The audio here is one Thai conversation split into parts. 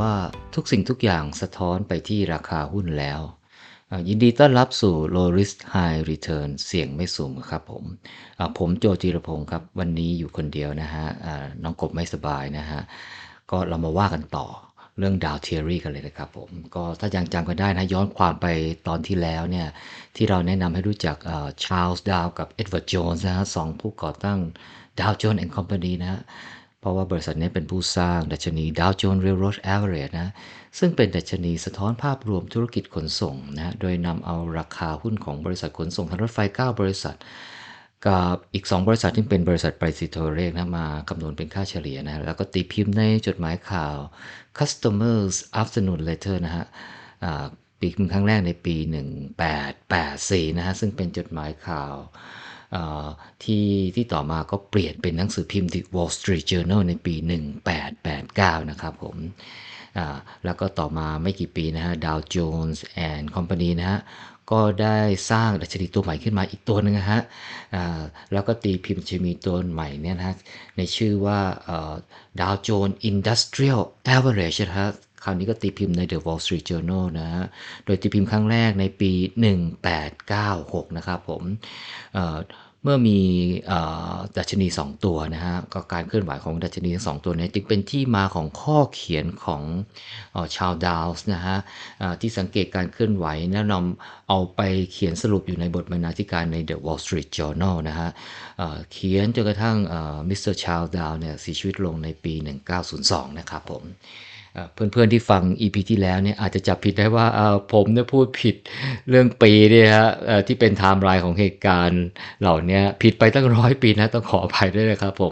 ว่าทุกสิ่งทุกอย่างสะท้อนไปที่ราคาหุ้นแล้วยินดีต้อนรับสู่ Low Risk High Return เสี่ยงไม่สูงครับผมโจจิรพงศ์ครับวันนี้อยู่คนเดียวนะฮะน้องกบไม่สบายนะฮะก็เรามาว่ากันต่อเรื่องดาวเทียรีกันเลยนะครับผมก็ถ้ายังจำกันได้นะย้อนความไปตอนที่แล้วเนี่ยที่เราแนะนำให้รู้จักชาร์ลส์ดาวกับเอ็ดเวิร์ดโจนส์นะฮะสองผู้ก่อตั้งดาวโจนส์แอนด์คอมพานีนะฮะ เพราะว่าบริษัทนี้เป็นผู้สร้างดัชนี Dow Jones Railroad Average นะซึ่งเป็นดัชนีสะท้อนภาพรวมธุรกิจขนส่งนะโดยนำเอาราคาหุ้นของบริษัทขนส่งทางรถไฟ9บริษัทกับอีก2บริษัทที่เป็นบริษัทไปรษณีย์โทรเลขนะมาคำนวณเป็นค่าเฉลี่ยนะแล้วก็ตีพิมพ์ในจดหมายข่าว Customers Afternoon Letter นะฮะปีพิมพ์ครั้งแรกในปี1884นะฮะซึ่งเป็นจดหมายข่าวที่ต่อมาก็เปลี่ยนเป็นหนังสือพิมพ์ The Wall Street Journal ในปี1889นะครับผมแล้วก็ต่อมาไม่กี่ปีนะฮะ Dow Jones and Company นะฮะก็ได้สร้างดัชนีตัวใหม่ขึ้นมาอีกตัวหนึ่งนะฮะแล้วก็ตีพิมพ์จะมีตัวใหม่เนี่ยนะฮะในชื่อว่าDow Jones Industrial Average นะฮะคราวนี้ก็ตีพิมพ์ใน The Wall Street Journal นะฮะโดยตีพิมพ์ครั้งแรกในปี1896นะครับผมเอ่อเมื่อมีดัชนี2ตัวนะฮะก็การเคลื่อนไหวของดัชนีทั้ง2ตัวนี้จึงเป็นที่มาของข้อเขียนของชาวดาวส์นะฮะที่สังเกตการเคลื่อนไหวแล้วนำเอาไปเขียนสรุปอยู่ในบทบรรณาธิการใน The Wall Street Journal นะฮะเขียนจนกระทั่งมิสเตอร์ชาร์ลส์ดาวเนี่ยเสียชีวิตลงในปี1902นะครับผม เพื่อนๆที่ฟัง EP ที่แล้วเนี่ยอาจจะจับผิดได้ว่าผมเนี่ยพูดผิดเรื่องปีเนี่ยฮะที่เป็นไทม์ไลน์ของเหตุการณ์เหล่านี้ผิดไปตั้ง100 ปีนะต้องขออภัยด้วยนะครับผม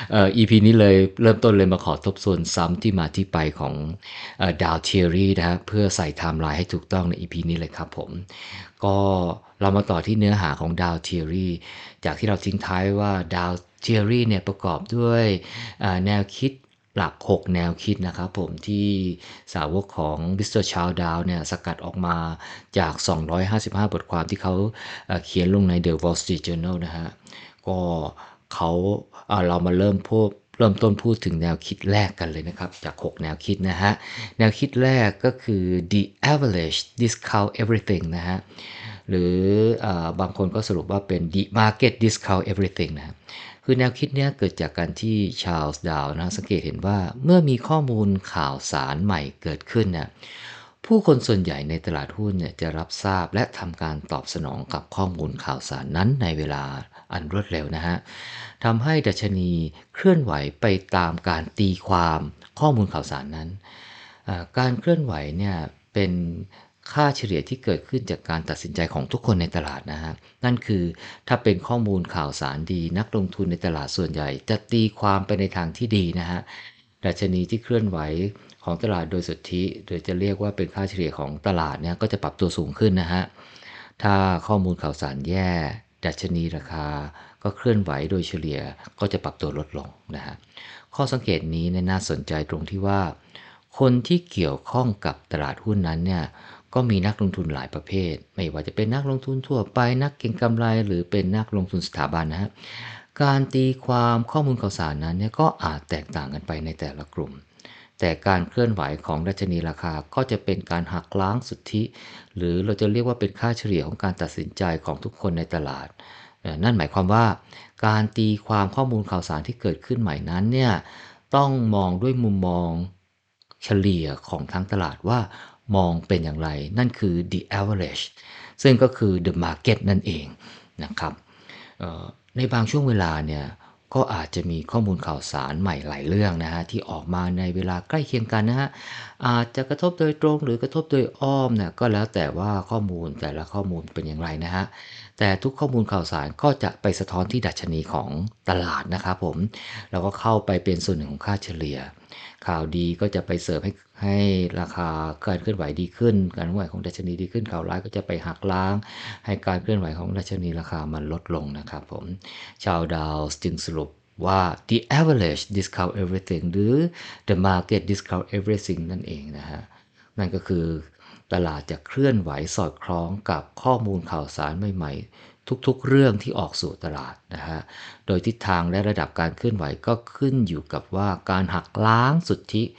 EP นี้เลยเริ่มต้นเลยมาขอทบทวนซ้ำที่มาที่ไปของดาวเทียรีนะฮะเพื่อใส่ไทม์ไลน์ให้ถูกต้องใน EP นี้เลยครับผมก็เรามาต่อที่เนื้อหาของดาวเทียรีจากที่เราทิ้งท้ายว่าดาวเทียรีเนี่ยประกอบด้วยแนวคิด หลัก6แนวคิดนะครับผมที่สาวกของมิสเตอร์ชาร์ลดาวเนี่ยสกัดออกมาจาก255บทความที่เขาเขียนลงใน The Wall Street Journal นะฮะก็เขาเรามาเริ่มต้นพูดถึงแนวคิดแรกกันเลยนะครับจาก6แนวคิดนะฮะแนวคิดแรกก็คือ the average discount everything นะฮะหรือบางคนก็สรุปว่าเป็น the market discount everything นะ คือแนวคิดเนี้ยเกิดจากการที่ชาร์ลส์ดาวนะสังเกตเห็นว่าเมื่อมีข้อมูลข่าวสารใหม่เกิดขึ้นเนี่ยผู้คนส่วนใหญ่ในตลาดหุ้นเนี่ยจะรับทราบและทำการตอบสนองกับข้อมูลข่าวสารนั้นในเวลาอันรวดเร็วนะฮะทำให้ดัชนีเคลื่อนไหวไปตามการตีความข้อมูลข่าวสารนั้นการเคลื่อนไหวเนี่ยเป็นค่าเฉลี่ยที่เกิดขึ้นจากการตัดสินใจของทุกคนในตลาดนะฮะนั่นคือถ้าเป็นข้อมูลข่าวสารดีนักลงทุนในตลาดส่วนใหญ่จะตีความไปในทางที่ดีนะฮะดัชนีที่เคลื่อนไหวของตลาดโดยสุทธิโดยจะเรียกว่าเป็นค่าเฉลี่ยของตลาดเนี่ยก็จะปรับตัวสูงขึ้นนะฮะถ้าข้อมูลข่าวสารแย่ดัชนีราคาก็เคลื่อนไหวโดยเฉลี่ยก็จะปรับตัวลดลงนะฮะข้อสังเกตนี้เนี่ยน่าสนใจตรงที่ว่าคนที่เกี่ยวข้องกับตลาดหุ้นนั้นเนี่ยก็มีนักลงทุนหลายประเภทไม่ว่าจะเป็นนักลงทุนทั่วไปนักเก็งกำไรหรือเป็นนักลงทุนสถาบันนะฮะการตีความข้อมูลข่าวสารนั้นเนี่ยก็อาจแตกต่างกันไปในแต่ละกลุ่มแต่การเคลื่อนไหวของดัชนีราคาก็จะเป็นการหักล้างสุทธิหรือเราจะเรียกว่าเป็นค่าเฉลี่ยของการตัดสินใจของทุกคนในตลาดนั่นหมายความว่าการตีความข้อมูลข่าวสารที่เกิดขึ้นใหม่นั้นเนี่ยต้องมองด้วยมุมมองเฉลี่ยของทั้งตลาดว่ามองเป็นอย่างไรนั่นคือ the average ซึ่งก็คือ the market นั่นเองนะครับในบางช่วงเวลาเนี่ยก็อาจจะมีข้อมูลข่าวสารใหม่หลายเรื่องนะฮะที่ออกมาในเวลาใกล้เคียงกันนะฮะอาจจะกระทบโดยตรงหรือกระทบโดยอ้อมเนี่ยก็แล้วแต่ว่าข้อมูลแต่ละข้อมูลเป็นอย่างไรนะฮะแต่ทุกข้อมูลข่าวสารก็จะไปสะท้อนที่ดัชนีของตลาดนะครับผมแล้วก็เข้าไปเป็นส่วนหนึ่งของค่าเฉลี่ยข่าวดีก็จะไปเสริมให้ราคาการเคลื่อนไหวดีขึ้นการเคลื่อนไหวของดัชนีดีขึ้นข่าวร้ายก็จะไปหักล้างให้การเคลื่อนไหวของดัชนีราคามันลดลงนะครับผมชาวดาวจึงสรุปว่า the average discount everything หรือ the market discount everything นั่นเองนะฮะนั่นก็คือตลาดจะเคลื่อนไหวสอดคล้องกับข้อมูลข่าวสารใหม่ๆทุกๆเรื่องที่ออกสู่ตลาดนะฮะโดยทิศทางและระดับการเคลื่อนไหวก็ขึ้นอยู่กับว่าการหักล้างสุทธิ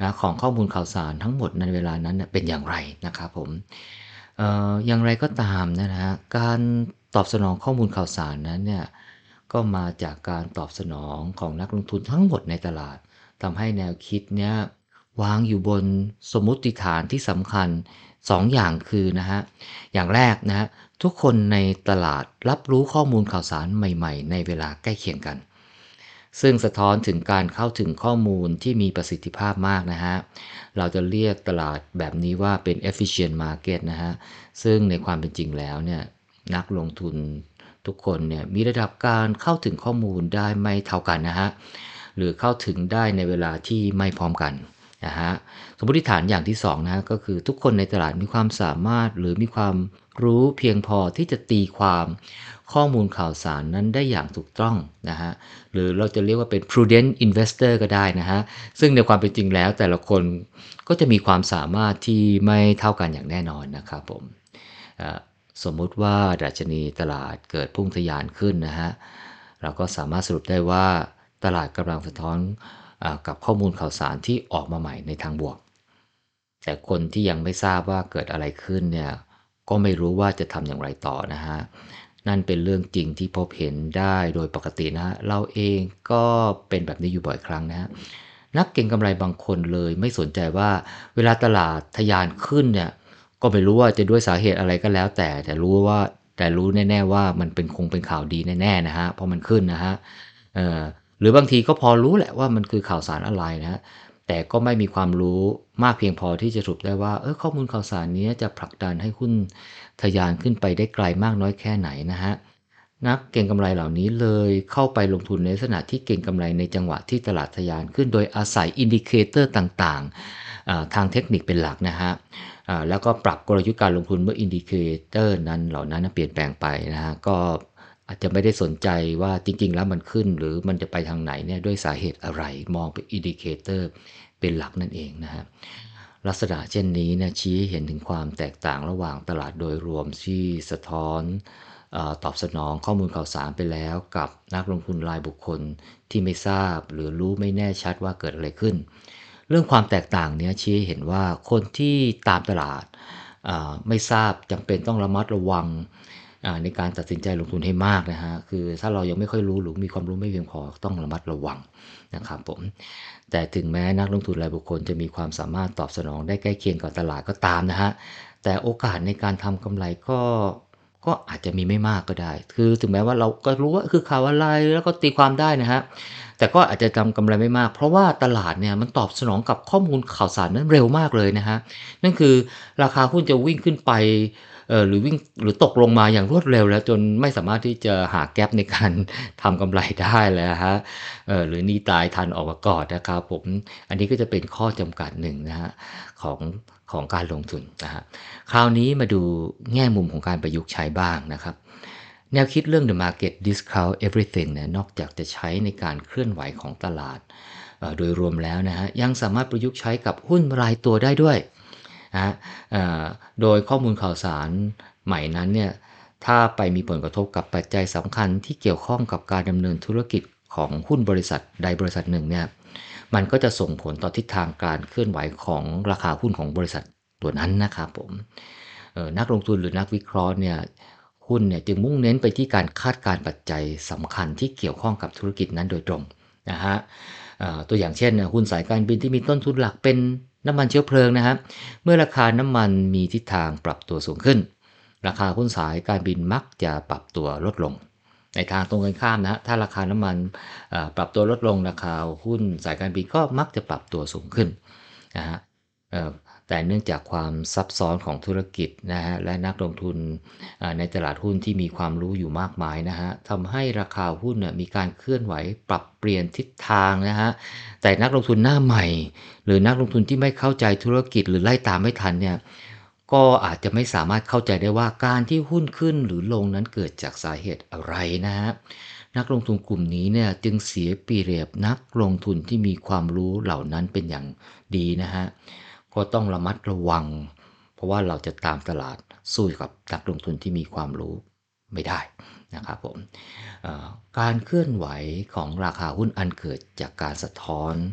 นะของข้อมูลข่าวสารทั้งหมดในเวลานั้นน่ะเป็นอย่างไรนะครับผมอย่างไรก็ตามนะครับการตอบสนองข้อมูลข่าวสารนั้นเนี่ยก็มาจากการตอบสนองของนักลงทุนทั้งหมดในตลาดทำให้แนวคิดเนี้ยวางอยู่บนสมมุติฐานที่สำคัญ2องอย่างคือนะฮะอย่างแรกนะฮะทุกคนในตลาดรับรู้ข้อมูลข่าวสารใหม่ๆในเวลาใกล้เคียงกัน ซึ่งสะท้อนถึงการเข้าถึงข้อมูลที่มีประสิทธิภาพมากนะฮะเราจะเรียกตลาดแบบนี้ว่าเป็น efficient market นะฮะซึ่งในความเป็นจริงแล้วเนี่ยนักลงทุนทุกคนเนี่ยมีระดับการเข้าถึงข้อมูลได้ไม่เท่ากันนะฮะหรือเข้าถึงได้ในเวลาที่ไม่พร้อมกันนะฮะสมมติฐานอย่างที่2นะฮะก็คือทุกคนในตลาดมีความสามารถหรือมีความรู้เพียงพอที่จะตีความข้อมูลข่าวสารนั้นได้อย่างถูกต้องนะฮะ หรือเราจะเรียกว่าเป็น prudent investor ก็ได้นะฮะซึ่งในความเป็นจริงแล้วแต่ละคนก็จะมีความสามารถที่ไม่เท่ากันอย่างแน่นอนนะครับผมเอ่อสมมุติว่าดัชนีตลาดเกิดพุ่งทะยานขึ้นนะฮะเราก็สามารถสรุปได้ว่าตลาดกำลังสะท้อนกับข้อมูลข่าวสารที่ออกมาใหม่ในทางบวก แต่คนที่ยังไม่ทราบว่าเกิดอะไรขึ้นเนี่ยก็ไม่รู้ว่าจะทำอย่างไรต่อนะฮะนั่นเป็นเรื่องจริงที่พบเห็นได้โดยปกตินะฮะเราเองก็เป็นแบบนี้อยู่บ่อยครั้งนะฮะนักเก็งกำไรบางคนเลยไม่สนใจว่าเวลาตลาดทะยานขึ้นเนี่ยก็ไม่รู้ว่าจะด้วยสาเหตุอะไรก็แล้วแต่รู้แน่ๆว่ามันคงเป็นข่าวดีแน่ๆนะฮะเพราะมันขึ้นนะฮะเอ่อหรือบางทีก็พอรู้แหละว่ามันคือข่าวสารอะไรนะฮะ แต่ก็ไม่มีความรู้มากเพียงพอที่จะสรุปได้ว่าข้อมูลข่าวสารนี้จะผลักดันให้หุ้นทะยานขึ้นไปได้ไกลมากน้อยแค่ไหนนะฮะนักเก็งกำไรเหล่านี้เลยเข้าไปลงทุนในลักษณะที่เก็งกำไรในจังหวะที่ตลาดทะยานขึ้นโดยอาศัยอินดิเคเตอร์ต่างๆทางเทคนิคเป็นหลักนะฮะแล้วก็ปรับกลยุทธ์การลงทุนเมื่ออินดิเคเตอร์นั้นเหล่านั้นเปลี่ยนแปลงไปนะฮะก็อาจจะไม่ได้สนใจว่าจริงๆแล้วมันขึ้นหรือมันจะไปทางไหนเนี่ยด้วยสาเหตุอะไรมองเป็นอินดิเคเตอร์ เป็นหลักนั่นเองนะครับลักษณะเช่นนี้เนี่ยชี้ให้เห็นถึงความแตกต่างระหว่างตลาดโดยรวมที่สะท้อนตอบสนองข้อมูลข่าวสารไปแล้วกับนักลงทุนรายบุคคลที่ไม่ทราบหรือรู้ไม่แน่ชัดว่าเกิดอะไรขึ้นเรื่องความแตกต่างเนี้ยชี้ให้เห็นว่าคนที่ตามตลาดไม่ทราบจำเป็นต้องระมัดระวังในการตัดสินใจลงทุนให้มากนะฮะคือถ้าเรายังไม่ค่อยรู้หรือมีความรู้ไม่เพียงพอต้องระมัดระวังนะครับผม แต่ถึงแม้นักลงทุนรายบุคคลจะมีความสามารถตอบสนองได้ใกล้เคียงกับตลาดก็ตามนะฮะแต่โอกาสในการทำกำไรก็อาจจะมีไม่มากก็ได้คือถึงแม้ว่าเราก็รู้ว่าคือข่าวอะไรแล้วก็ตีความได้นะฮะแต่ก็อาจจะทำกำไรไม่มากเพราะว่าตลาดเนี่ยมันตอบสนองกับข้อมูลข่าวสารนั้นเร็วมากเลยนะฮะนั่นคือราคาหุ้นจะวิ่งขึ้นไปหรือตกลงมาอย่างรวดเร็วแล้วจนไม่สามารถที่จะหาแกปในการทำกำไรได้แล้วฮะ หรือหนีตายทันออกมาก่อนนะครับผมอันนี้ก็จะเป็นข้อจำกัดหนึ่งนะฮะของของการลงทุนนะฮะคราวนี้มาดูแง่มุมของการประยุกต์ใช้บ้างนะครับแนวคิดเรื่อง the market discount everything เนี่ยนอกจากจะใช้ในการเคลื่อนไหวของตลาดโดยรวมแล้วนะฮะยังสามารถประยุกต์ใช้กับหุ้นรายตัวได้ด้วยนะฮะเอ่อโดยข้อมูลข่าวสารใหม่นั้นเนี่ย ถ้าไปมีผลกระทบกับปัจจัยสำคัญที่เกี่ยวข้องกับการดำเนินธุรกิจของหุ้นบริษัทใดบริษัทหนึ่งเนี่ยมันก็จะส่งผลต่อทิศทางการเคลื่อนไหวของราคาหุ้นของบริษัทตัวนั้นนะครับผมนักลงทุนหรือนักวิเคราะห์เนี่ยหุ้นเนี่ยจึงมุ่งเน้นไปที่การคาดการณ์ปัจจัยสำคัญที่เกี่ยวข้องกับธุรกิจนั้นโดยตรงนะฮะตัวอย่างเช่นหุ้นสายการบินที่มีต้นทุนหลักเป็นน้ำมันเชื้อเพลิงนะครับเมื่อราคาน้ำมันมีทิศทางปรับตัวสูงขึ้น ราคาหุ้นสายการบินมักจะปรับตัวลดลงในทางตรงกันข้ามนะฮะถ้าราคาน้ำมันปรับตัวลดลงราคาหุ้นสายการบินก็มักจะปรับตัวสูงขึ้นนะฮะเอ่อแต่เนื่องจากความซับซ้อนของธุรกิจนะฮะและนักลงทุนในตลาดหุ้นที่มีความรู้อยู่มากมายนะฮะทำให้ราคาหุ้นน่ยมีการเคลื่อนไหวปรับเปลี่ยนทิศทางนะฮะแต่นักลงทุนหน้าใหม่หรือนักลงทุนที่ไม่เข้าใจธุรกิจหรือไล่ตามไม่ทันเนี่ย ก็อาจจะไม่สามารถเข้าใจได้ว่าการที่หุ้นขึ้นหรือลงนั้นเกิดจากสาเหตุอะไรนะฮะนักลงทุนกลุ่มนี้เนี่ยจึงเสียเปรียบนักลงทุนที่มีความรู้เหล่านั้นเป็นอย่างดีนะฮะก็ต้องระมัดระวังเพราะว่าเราจะตามตลาดสู้กับนักลงทุนที่มีความรู้ไม่ได้นะครับผมการเคลื่อนไหวของราคาหุ้นอันเกิดจากการสะท้อน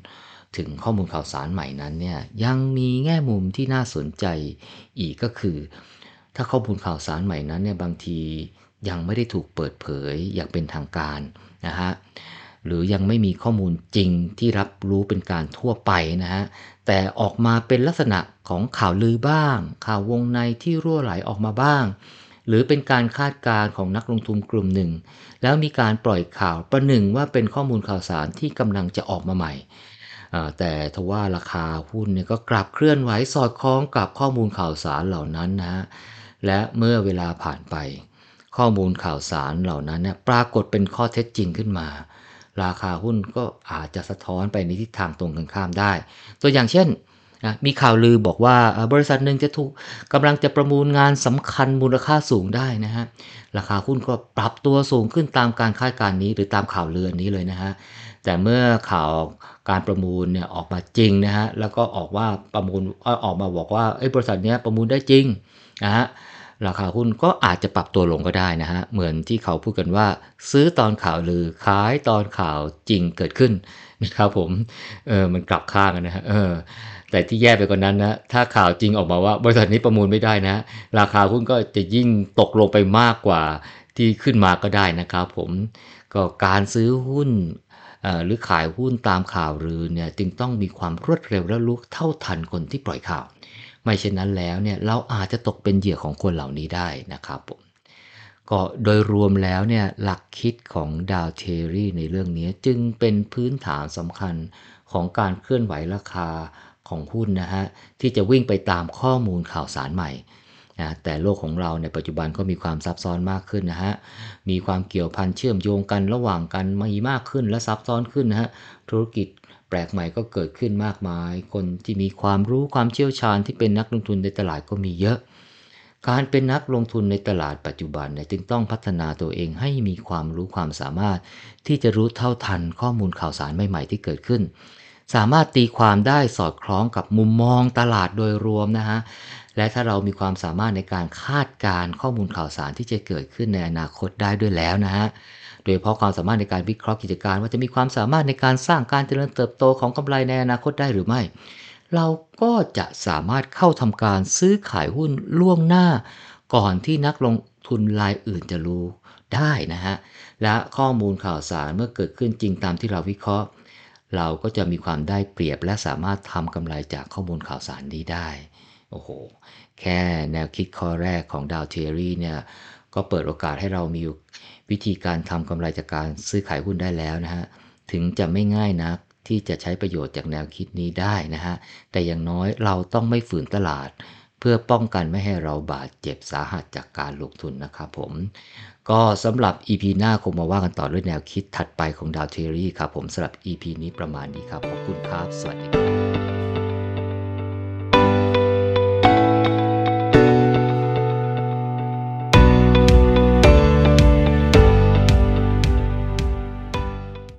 ถึงข้อมูลข่าวสารใหม่นั้นเนี่ยยังมีแง่มุมที่น่าสนใจอีกก็คือถ้าข้อมูลข่าวสารใหม่นั้นเนี่ยบางทียังไม่ได้ถูกเปิดเผยอย่างเป็นทางการนะฮะหรือยังไม่มีข้อมูลจริงที่รับรู้เป็นการทั่วไปนะฮะแต่ออกมาเป็นลักษณะของข่าวลือบ้างข่าววงในที่รั่วไหลออกมาบ้างหรือเป็นการคาดการณ์ของนักลงทุนกลุ่มหนึ่งแล้วมีการปล่อยข่าวประหนึ่งว่าเป็นข้อมูลข่าวสารที่กำลังจะออกมาใหม่ แต่ทว่าราคาหุ้นเนี่ยก็กลับเคลื่อนไหวสอดคล้องกับข้อมูลข่าวสารเหล่านั้นนะฮะและเมื่อเวลาผ่านไปข้อมูลข่าวสารเหล่านั้นเนี่ยปรากฏเป็นข้อเท็จจริงขึ้นมาราคาหุ้นก็อาจจะสะท้อนไปในทิศทางตรงกันข้ามได้ตัวอย่างเช่นมีข่าวลือบอกว่าบริษัทหนึ่งจะถูกกำลังจะประมูลงานสำคัญมูลค่าสูงได้นะฮะราคาหุ้นก็ปรับตัวสูงขึ้นตามการคาดการณ์นี้หรือตามข่าวลือนี้เลยนะฮะ แต่เมื่อข่าวการประมูลเนี่ยออกมาจริงนะฮะแล้วก็ออกว่าประมูลออกมาบอกว่าบริษัทเนี้ยประมูลได้จริงนะฮะราคาหุ้นก็อาจจะปรับตัวลงก็ได้นะฮะเหมือนที่เขาพูดกันว่าซื้อตอนข่าวลือขายตอนข่าวจริงเกิดขึ้นนะครับผมมันกลับข้างกันนะฮะแต่ที่แย่ไปกว่านั้นนะถ้าข่าวจริงออกมาว่าบริษัทนี้ประมูลไม่ได้นะราคาหุ้นก็จะยิ่งตกลงไปมากกว่าที่ขึ้นมาก็ได้นะครับผมก็การซื้อหุ้น หรือขายหุ้นตามข่าวลือเนี่ยจึงต้องมีความรวดเร็วและรู้เท่าทันคนที่ปล่อยข่าวไม่เช่นนั้นแล้วเนี่ยเราอาจจะตกเป็นเหยื่อของคนเหล่านี้ได้นะครับผมก็โดยรวมแล้วเนี่ยหลักคิดของดาวเทอรี่ในเรื่องนี้จึงเป็นพื้นฐานสำคัญของการเคลื่อนไหวราคาของหุ้นนะฮะที่จะวิ่งไปตามข้อมูลข่าวสารใหม่ แต่โลกของเราในปัจจุบันก็มีความซับซ้อนมากขึ้นนะฮะมีความเกี่ยวพันเชื่อมโยงกันระหว่างกันมีมากขึ้นและซับซ้อนขึ้นนะฮะธุรกิจแปลกใหม่ก็เกิดขึ้นมากมายคนที่มีความรู้ความเชี่ยวชาญที่เป็นนักลงทุนในตลาดก็มีเยอะการเป็นนักลงทุนในตลาดปัจจุบันเนี่ยจึงต้องพัฒนาตัวเองให้มีความรู้ความสามารถที่จะรู้เท่าทันข้อมูลข่าวสารใหม่ๆที่เกิดขึ้นสามารถตีความได้สอดคล้องกับมุมมองตลาดโดยรวมนะฮะ และถ้าเรามีความสามารถในการคาดการณ์ข้อมูลข่าวสารที่จะเกิดขึ้นในอนาคตได้ด้วยแล้วนะฮะโดยเฉพาะความสามารถในการวิเคราะห์กิจการว่าจะมีความสามารถในการสร้างการเจริญเติบโตของกำไรในอนาคตได้หรือไม่เราก็จะสามารถเข้าทำการซื้อขายหุ้นล่วงหน้าก่อนที่นักลงทุนรายอื่นจะรู้ได้นะฮะและข้อมูลข่าวสารเมื่อเกิดขึ้นจริงตามที่เราวิเคราะห์เราก็จะมีความได้เปรียบและสามารถทำกำไรจากข้อมูลข่าวสารนี้ได้โอ้โห แค่แนวคิดข้อแรกของดาวเทอรี่เนี่ยก็เปิดโอกาสให้เรามีวิธีการทำกำไรจากการซื้อขายหุ้นได้แล้วนะฮะถึงจะไม่ง่ายนักที่จะใช้ประโยชน์จากแนวคิดนี้ได้นะฮะแต่อย่างน้อยเราต้องไม่ฝืนตลาดเพื่อป้องกันไม่ให้เราบาดเจ็บสาหัสจากการลงทุนนะครับผมก็สำหรับ EP หน้าคงมาว่ากันต่อด้วยแนวคิดถัดไปของดาวเทอรี่ครับผมสำหรับ EP นี้ประมาณนี้ครับขอบคุณครับสวัสดีครับ